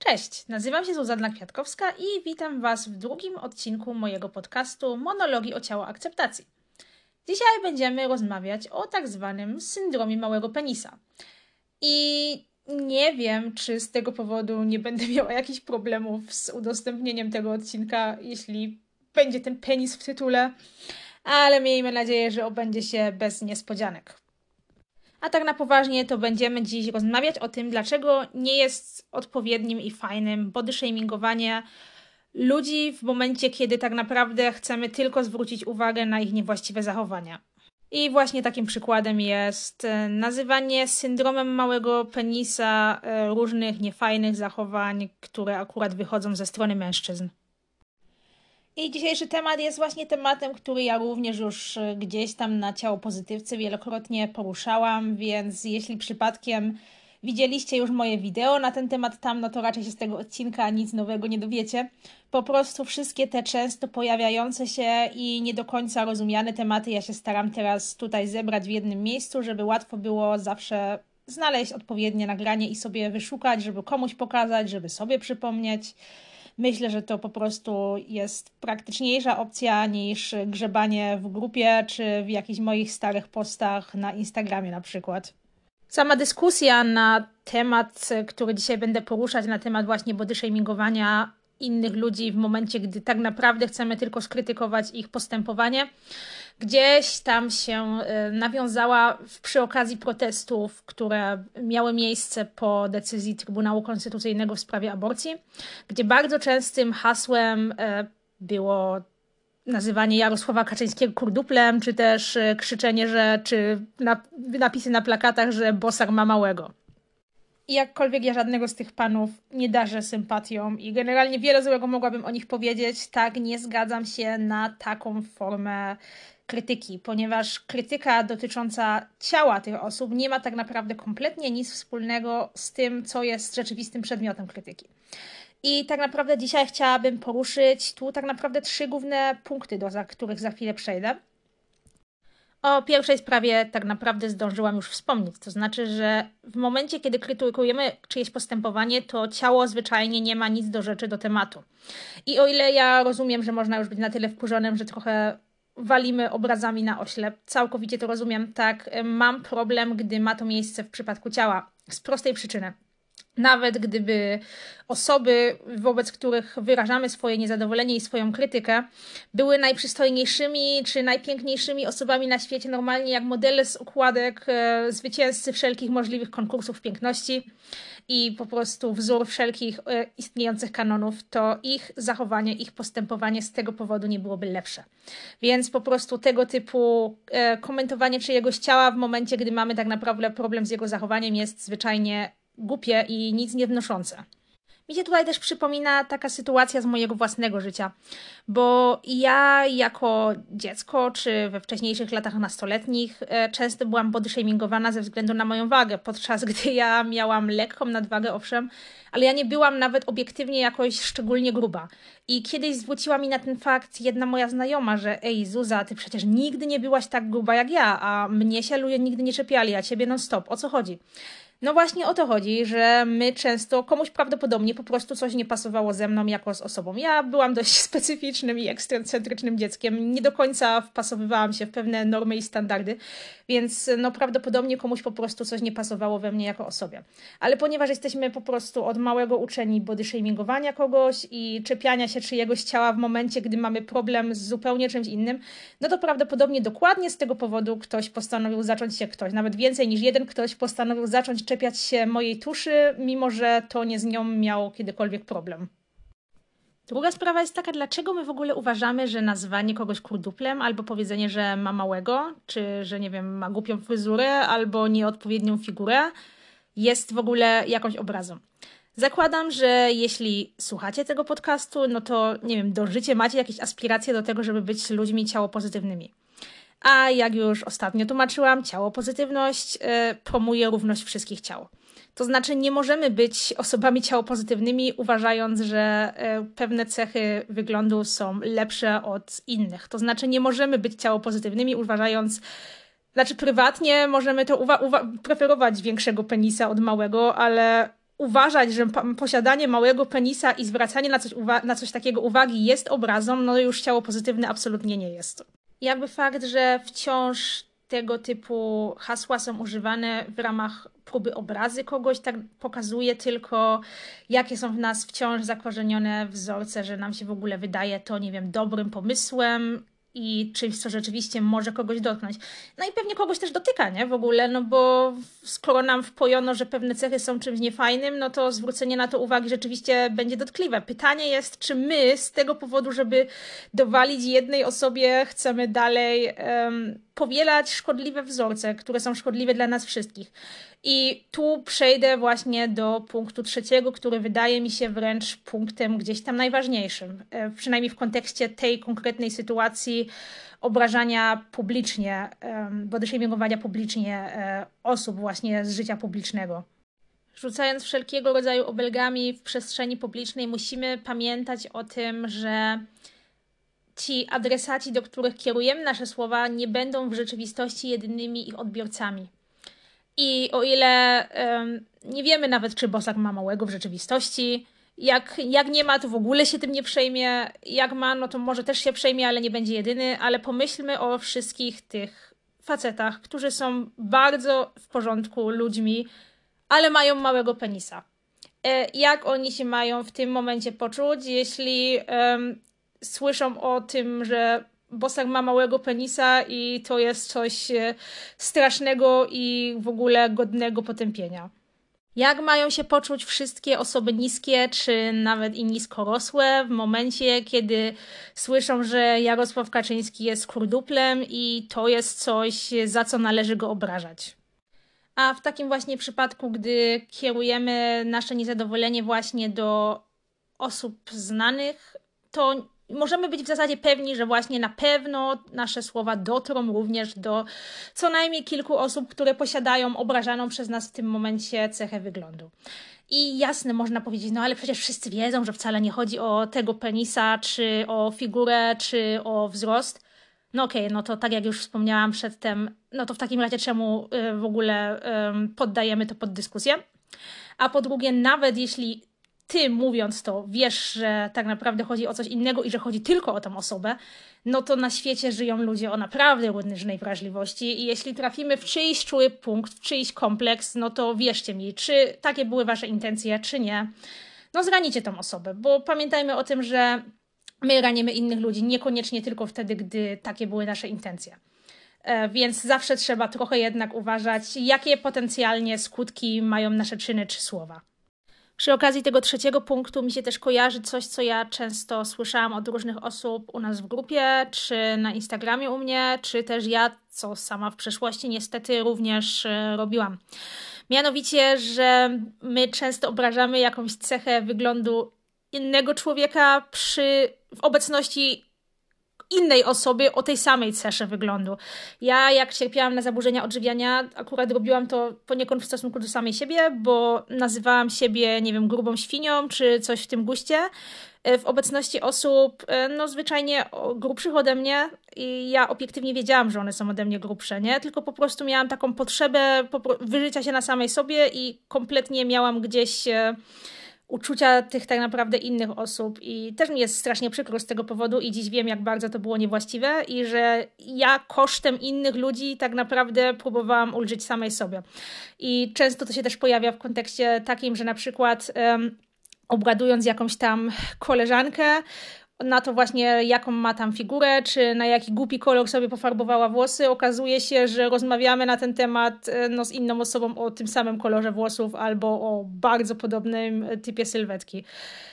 Cześć, nazywam się Zuzanna Kwiatkowska i witam Was w drugim odcinku mojego podcastu Monologi o ciało akceptacji. Dzisiaj będziemy rozmawiać o tak zwanym syndromie małego penisa. I nie wiem, czy z tego powodu nie będę miała jakichś problemów z udostępnieniem tego odcinka, jeśli będzie ten penis w tytule, ale miejmy nadzieję, że obędzie się bez niespodzianek. A tak na poważnie to będziemy dziś rozmawiać o tym, dlaczego nie jest odpowiednim i fajnym body shamingowanie ludzi w momencie, kiedy tak naprawdę chcemy tylko zwrócić uwagę na ich niewłaściwe zachowania. I właśnie takim przykładem jest nazywanie syndromem małego penisa różnych niefajnych zachowań, które akurat wychodzą ze strony mężczyzn. I dzisiejszy temat jest właśnie tematem, który ja również już gdzieś tam na Ciało Pozytywcy wielokrotnie poruszałam, więc jeśli przypadkiem widzieliście już moje wideo na ten temat tam, no to raczej się z tego odcinka nic nowego nie dowiecie. Po prostu wszystkie te często pojawiające się i nie do końca rozumiane tematy ja się staram teraz tutaj zebrać w jednym miejscu, żeby łatwo było zawsze znaleźć odpowiednie nagranie i sobie wyszukać, żeby komuś pokazać, żeby sobie przypomnieć. Myślę, że to po prostu jest praktyczniejsza opcja niż grzebanie w grupie czy w jakichś moich starych postach na Instagramie na przykład. Sama dyskusja na temat, który dzisiaj będę poruszać, na temat właśnie body shamingowania innych ludzi w momencie, gdy tak naprawdę chcemy tylko skrytykować ich postępowanie, gdzieś tam się nawiązała przy okazji protestów, które miały miejsce po decyzji Trybunału Konstytucyjnego w sprawie aborcji, gdzie bardzo częstym hasłem było nazywanie Jarosława Kaczyńskiego kurduplem, czy też krzyczenie, czy napisy na plakatach, że Bosak ma małego. I jakkolwiek ja żadnego z tych panów nie darzę sympatią i generalnie wiele złego mogłabym o nich powiedzieć, tak nie zgadzam się na taką formę krytyki, ponieważ krytyka dotycząca ciała tych osób nie ma tak naprawdę kompletnie nic wspólnego z tym, co jest rzeczywistym przedmiotem krytyki. I tak naprawdę dzisiaj chciałabym poruszyć tu tak naprawdę 3 główne punkty, do których za chwilę przejdę. O pierwszej sprawie tak naprawdę zdążyłam już wspomnieć. To znaczy, że w momencie, kiedy krytykujemy czyjeś postępowanie, to ciało zwyczajnie nie ma nic do rzeczy, do tematu. I o ile ja rozumiem, że można już być na tyle wkurzonym, że trochę walimy obrazami na oślep, całkowicie to rozumiem, tak, mam problem, gdy ma to miejsce w przypadku ciała. Z prostej przyczyny. Nawet gdyby osoby, wobec których wyrażamy swoje niezadowolenie i swoją krytykę, były najprzystojniejszymi czy najpiękniejszymi osobami na świecie, normalnie jak modele z okładek, zwycięzcy wszelkich możliwych konkursów piękności i po prostu wzór wszelkich istniejących kanonów, to ich zachowanie, ich postępowanie z tego powodu nie byłoby lepsze. Więc po prostu tego typu komentowanie czyjegoś ciała w momencie, gdy mamy tak naprawdę problem z jego zachowaniem, jest zwyczajnie głupie i nic nie wnoszące. Mi się tutaj też przypomina taka sytuacja z mojego własnego życia, bo ja jako dziecko, czy we wcześniejszych latach nastoletnich często byłam body shamingowana ze względu na moją wagę, podczas gdy ja miałam lekką nadwagę, owszem, ale ja nie byłam nawet obiektywnie jakoś szczególnie gruba. I kiedyś zwróciła mi na ten fakt jedna moja znajoma, że ej Zuza, ty przecież nigdy nie byłaś tak gruba jak ja, a mnie się ludzie nigdy nie czepiali, a ciebie non stop, o co chodzi? No właśnie o to chodzi, że my często, komuś prawdopodobnie po prostu coś nie pasowało ze mną jako z osobą. Ja byłam dość specyficznym i ekscentrycznym dzieckiem, nie do końca wpasowywałam się w pewne normy i standardy, więc no prawdopodobnie komuś po prostu coś nie pasowało we mnie jako osobie. Ale ponieważ jesteśmy po prostu od małego uczeni body shamingowania kogoś i czepiania się czyjegoś ciała w momencie, gdy mamy problem z zupełnie czymś innym, no to prawdopodobnie dokładnie z tego powodu nawet więcej niż jeden ktoś postanowił zacząć czepiać się mojej tuszy, mimo że to nie z nią miał kiedykolwiek problem. Druga sprawa jest taka, dlaczego my w ogóle uważamy, że nazwanie kogoś kurduplem albo powiedzenie, że ma małego, czy że nie wiem, ma głupią fryzurę albo nieodpowiednią figurę jest w ogóle jakąś obrazą. Zakładam, że jeśli słuchacie tego podcastu, no to nie wiem, dążycie, macie jakieś aspiracje do tego, żeby być ludźmi ciałopozytywnymi. A jak już ostatnio tłumaczyłam, ciałopozytywność promuje równość wszystkich ciał. To znaczy nie możemy być osobami ciałopozytywnymi, uważając, że pewne cechy wyglądu są lepsze od innych. To znaczy nie możemy być ciałopozytywnymi, prywatnie możemy to preferować większego penisa od małego, ale uważać, że posiadanie małego penisa i zwracanie na coś takiego uwagi jest obrazą, no już ciało pozytywne absolutnie nie jest. Jakby fakt, że wciąż tego typu hasła są używane w ramach próby obrazy kogoś, tak pokazuje tylko, jakie są w nas wciąż zakorzenione wzorce, że nam się w ogóle wydaje to, nie wiem, dobrym pomysłem i czymś, co rzeczywiście może kogoś dotknąć. No i pewnie kogoś też dotyka, nie? W ogóle, no bo skoro nam wpojono, że pewne cechy są czymś niefajnym, no to zwrócenie na to uwagi rzeczywiście będzie dotkliwe. Pytanie jest, czy my z tego powodu, żeby dowalić jednej osobie, chcemy dalej powielać szkodliwe wzorce, które są szkodliwe dla nas wszystkich. I tu przejdę właśnie do punktu trzeciego, który wydaje mi się wręcz punktem gdzieś tam najważniejszym. Przynajmniej w kontekście tej konkretnej sytuacji obrażania publicznie, body shamingowania publicznie osób właśnie z życia publicznego. Rzucając wszelkiego rodzaju obelgami w przestrzeni publicznej, musimy pamiętać o tym, że ci adresaci, do których kierujemy nasze słowa, nie będą w rzeczywistości jedynymi ich odbiorcami. I o ile nie wiemy nawet, czy Bosak ma małego w rzeczywistości, jak nie ma, to w ogóle się tym nie przejmie, jak ma, no to może też się przejmie, ale nie będzie jedyny, ale pomyślmy o wszystkich tych facetach, którzy są bardzo w porządku ludźmi, ale mają małego penisa. Jak oni się mają w tym momencie poczuć, jeśli słyszą o tym, że Bosak ma małego penisa i to jest coś strasznego i w ogóle godnego potępienia? Jak mają się poczuć wszystkie osoby niskie, czy nawet i niskorosłe w momencie, kiedy słyszą, że Jarosław Kaczyński jest kurduplem i to jest coś, za co należy go obrażać? A w takim właśnie przypadku, gdy kierujemy nasze niezadowolenie właśnie do osób znanych, to możemy być w zasadzie pewni, że właśnie na pewno nasze słowa dotrą również do co najmniej kilku osób, które posiadają obrażaną przez nas w tym momencie cechę wyglądu. I jasne, można powiedzieć, no ale przecież wszyscy wiedzą, że wcale nie chodzi o tego penisa, czy o figurę, czy o wzrost. No okej, no to tak jak już wspomniałam przedtem, no to w takim razie czemu w ogóle poddajemy to pod dyskusję? A po drugie, nawet jeśli ty mówiąc to wiesz, że tak naprawdę chodzi o coś innego i że chodzi tylko o tę osobę, no to na świecie żyją ludzie o naprawdę różnej wrażliwości i jeśli trafimy w czyjś czuły punkt, w czyjś kompleks, no to wierzcie mi, czy takie były wasze intencje, czy nie, no zranicie tą osobę, bo pamiętajmy o tym, że my ranimy innych ludzi niekoniecznie tylko wtedy, gdy takie były nasze intencje. Więc zawsze trzeba trochę jednak uważać, jakie potencjalnie skutki mają nasze czyny czy słowa. Przy okazji tego trzeciego punktu mi się też kojarzy coś, co ja często słyszałam od różnych osób u nas w grupie, czy na Instagramie u mnie, czy też ja, co sama w przeszłości niestety również robiłam. Mianowicie, że my często obrażamy jakąś cechę wyglądu innego człowieka w obecności innej osoby o tej samej cesze wyglądu. Ja jak cierpiałam na zaburzenia odżywiania, akurat robiłam to poniekąd w stosunku do samej siebie, bo nazywałam siebie, nie wiem, grubą świnią, czy coś w tym guście, w obecności osób, no zwyczajnie grubszych ode mnie i ja obiektywnie wiedziałam, że one są ode mnie grubsze, nie? Tylko po prostu miałam taką potrzebę wyżycia się na samej sobie i kompletnie miałam gdzieś uczucia tych tak naprawdę innych osób i też mi jest strasznie przykro z tego powodu i dziś wiem, jak bardzo to było niewłaściwe i że ja kosztem innych ludzi tak naprawdę próbowałam ulżyć samej sobie. I często to się też pojawia w kontekście takim, że na przykład obgadując jakąś tam koleżankę, na to właśnie jaką ma tam figurę, czy na jaki głupi kolor sobie pofarbowała włosy, okazuje się, że rozmawiamy na ten temat no, z inną osobą o tym samym kolorze włosów albo o bardzo podobnym typie sylwetki.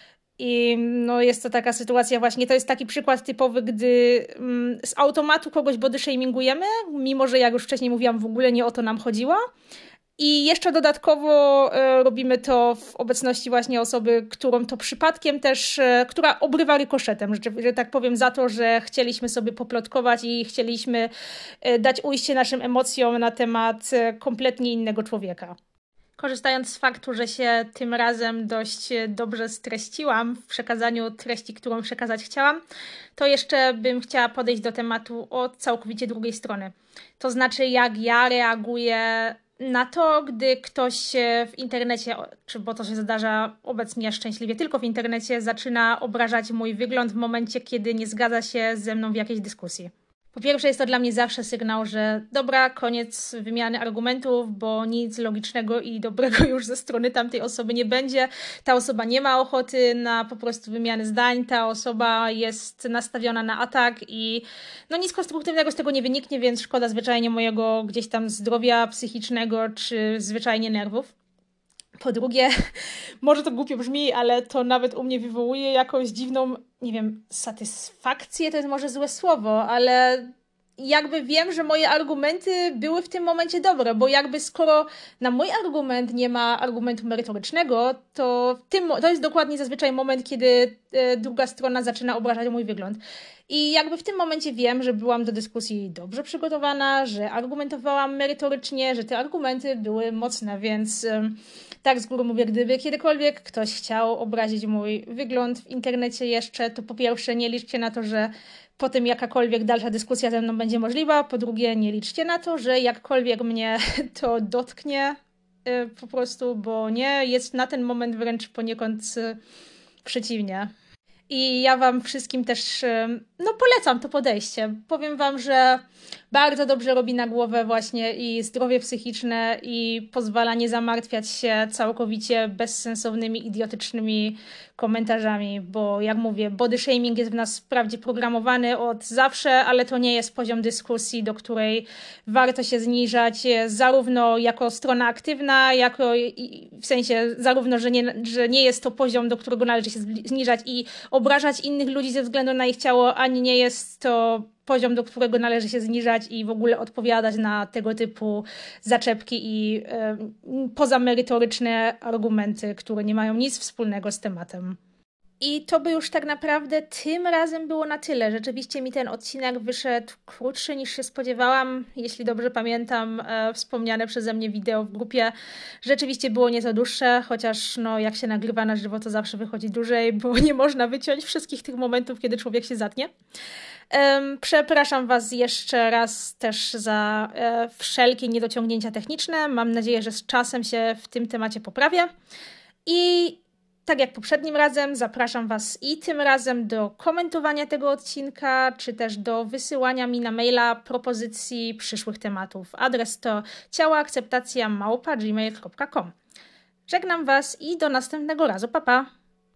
I no, jest to taka sytuacja właśnie, to jest taki przykład typowy, gdy z automatu kogoś body shamingujemy, mimo że jak już wcześniej mówiłam, w ogóle nie o to nam chodziło. I jeszcze dodatkowo robimy to w obecności właśnie osoby, którą to przypadkiem też, która obrywa rykoszetem, że tak powiem, za to, że chcieliśmy sobie poplotkować i chcieliśmy dać ujście naszym emocjom na temat kompletnie innego człowieka. Korzystając z faktu, że się tym razem dość dobrze streściłam w przekazaniu treści, którą przekazać chciałam, to jeszcze bym chciała podejść do tematu od całkowicie drugiej strony. To znaczy, jak ja reaguję na to, gdy ktoś w internecie, bo to się zdarza obecnie szczęśliwie tylko w internecie, zaczyna obrażać mój wygląd w momencie, kiedy nie zgadza się ze mną w jakiejś dyskusji. Po pierwsze, jest to dla mnie zawsze sygnał, że dobra, koniec wymiany argumentów, bo nic logicznego i dobrego już ze strony tamtej osoby nie będzie. Ta osoba nie ma ochoty na po prostu wymianę zdań, ta osoba jest nastawiona na atak i no nic konstruktywnego z tego nie wyniknie, więc szkoda zwyczajnie mojego gdzieś tam zdrowia psychicznego czy zwyczajnie nerwów. Po drugie, może to głupio brzmi, ale to nawet u mnie wywołuje jakąś dziwną, nie wiem, satysfakcję, to jest może złe słowo, ale jakby wiem, że moje argumenty były w tym momencie dobre, bo jakby skoro na mój argument nie ma argumentu merytorycznego, to jest dokładnie zazwyczaj moment, kiedy druga strona zaczyna obrażać mój wygląd. I jakby w tym momencie wiem, że byłam do dyskusji dobrze przygotowana, że argumentowałam merytorycznie, że te argumenty były mocne, więc tak z góry mówię, gdyby kiedykolwiek ktoś chciał obrazić mój wygląd w internecie jeszcze, to po pierwsze nie liczcie na to, że potem jakakolwiek dalsza dyskusja ze mną będzie możliwa, po drugie nie liczcie na to, że jakkolwiek mnie to dotknie po prostu, bo nie, jest na ten moment wręcz poniekąd przeciwnie. I ja wam wszystkim też polecam to podejście. Powiem wam, że bardzo dobrze robi na głowę właśnie i zdrowie psychiczne i pozwala nie zamartwiać się całkowicie bezsensownymi, idiotycznymi komentarzami, bo jak mówię, body shaming jest w nas wprawdzie programowany od zawsze, ale to nie jest poziom dyskusji, do której warto się zniżać zarówno jako strona aktywna, w sensie zarówno, że nie jest to poziom, do którego należy się zniżać i obrażać innych ludzi ze względu na ich ciało, ani nie jest to poziom, do którego należy się zniżać i w ogóle odpowiadać na tego typu zaczepki i pozamerytoryczne argumenty, które nie mają nic wspólnego z tematem. I to by już tak naprawdę tym razem było na tyle. Rzeczywiście mi ten odcinek wyszedł krótszy niż się spodziewałam. Jeśli dobrze pamiętam, wspomniane przeze mnie wideo w grupie rzeczywiście było nieco dłuższe, chociaż jak się nagrywa na żywo, to zawsze wychodzi dłużej, bo nie można wyciąć wszystkich tych momentów, kiedy człowiek się zatnie. Przepraszam Was jeszcze raz też za wszelkie niedociągnięcia techniczne. Mam nadzieję, że z czasem się w tym temacie poprawię. I tak jak poprzednim razem, zapraszam Was i tym razem do komentowania tego odcinka, czy też do wysyłania mi na maila propozycji przyszłych tematów. Adres to ciałaakceptacja@gmail.com. Żegnam Was i do następnego razu. Pa, pa!